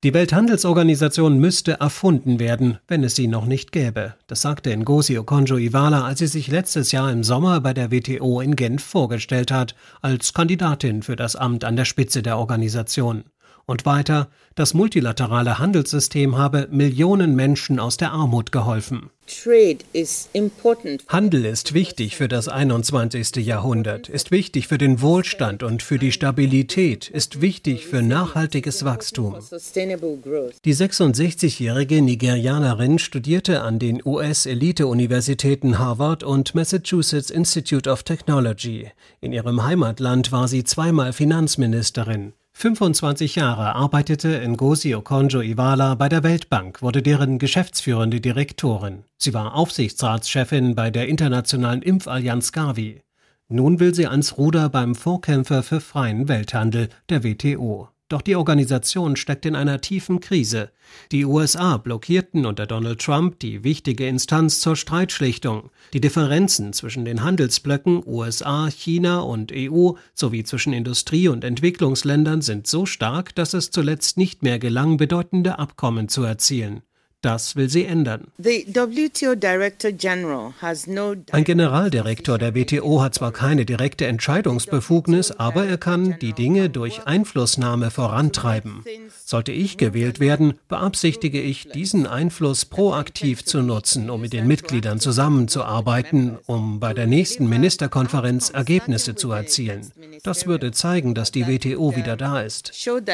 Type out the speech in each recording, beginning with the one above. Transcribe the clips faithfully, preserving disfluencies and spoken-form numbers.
Die Welthandelsorganisation müsste erfunden werden, wenn es sie noch nicht gäbe. Das sagte Ngozi Okonjo-Iweala, als sie sich letztes Jahr im Sommer bei der W T O in Genf vorgestellt hat, als Kandidatin für das Amt an der Spitze der Organisation. Und weiter, das multilaterale Handelssystem habe Millionen Menschen aus der Armut geholfen. Handel ist wichtig für das einundzwanzigste Jahrhundert, ist wichtig für den Wohlstand und für die Stabilität, ist wichtig für nachhaltiges Wachstum. Die sechsundsechzigjährige Nigerianerin studierte an den U S-Elite-Universitäten Harvard und Massachusetts Institute of Technology. In ihrem Heimatland war sie zweimal Finanzministerin. fünfundzwanzig Jahre arbeitete Ngozi Okonjo-Iweala bei der Weltbank, wurde deren geschäftsführende Direktorin. Sie war Aufsichtsratschefin bei der internationalen Impfallianz Gavi. Nun will sie ans Ruder beim Vorkämpfer für freien Welthandel, der W T O. Doch die Organisation steckt in einer tiefen Krise. Die U S A blockierten unter Donald Trump die wichtige Instanz zur Streitschlichtung. Die Differenzen zwischen den Handelsblöcken U S A, China und E U sowie zwischen Industrie- und Entwicklungsländern sind so stark, dass es zuletzt nicht mehr gelang, bedeutende Abkommen zu erzielen. Das will sie ändern. Ein Generaldirektor der W T O hat zwar keine direkte Entscheidungsbefugnis, aber er kann die Dinge durch Einflussnahme vorantreiben. Sollte ich gewählt werden, beabsichtige ich, diesen Einfluss proaktiv zu nutzen, um mit den Mitgliedern zusammenzuarbeiten, um bei der nächsten Ministerkonferenz Ergebnisse zu erzielen. Das würde zeigen, dass die W T O wieder da ist.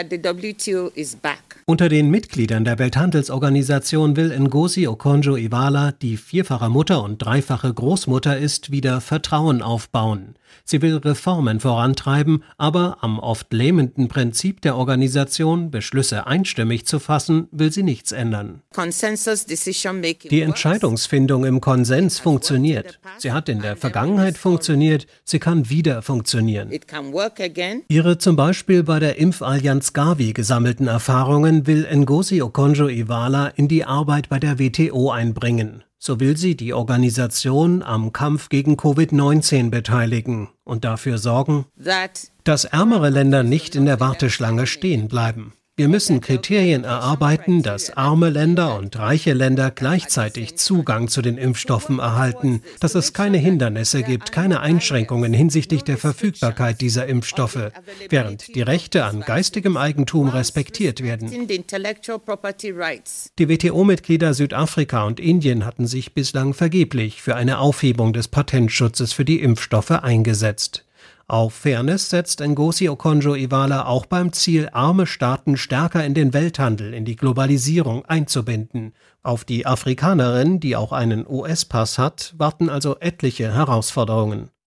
Unter den Mitgliedern der Welthandelsorganisation will Ngozi Okonjo-Iweala, die vierfache Mutter und dreifache Großmutter ist, wieder Vertrauen aufbauen. Sie will Reformen vorantreiben, aber am oft lähmenden Prinzip der Organisation, Beschlüsse einstimmig zu fassen, will sie nichts ändern. Die Entscheidungsfindung im Konsens funktioniert. Sie hat in der Vergangenheit funktioniert, sie kann wieder funktionieren. Ihre zum Beispiel bei der Impfallianz Gavi gesammelten Erfahrungen will Ngozi Okonjo-Iweala in die Arbeit bei der W T O einbringen. So will sie die Organisation am Kampf gegen Covid neunzehn beteiligen und dafür sorgen, dass ärmere Länder nicht in der Warteschlange stehen bleiben. Wir müssen Kriterien erarbeiten, dass arme Länder und reiche Länder gleichzeitig Zugang zu den Impfstoffen erhalten, dass es keine Hindernisse gibt, keine Einschränkungen hinsichtlich der Verfügbarkeit dieser Impfstoffe, während die Rechte an geistigem Eigentum respektiert werden. Die W T O-Mitglieder Südafrika und Indien hatten sich bislang vergeblich für eine Aufhebung des Patentschutzes für die Impfstoffe eingesetzt. Auf Fairness setzt Ngozi Okonjo-Iweala auch beim Ziel, arme Staaten stärker in den Welthandel, in die Globalisierung einzubinden. Auf die Afrikanerin, die auch einen U S-Pass hat, warten also etliche Herausforderungen.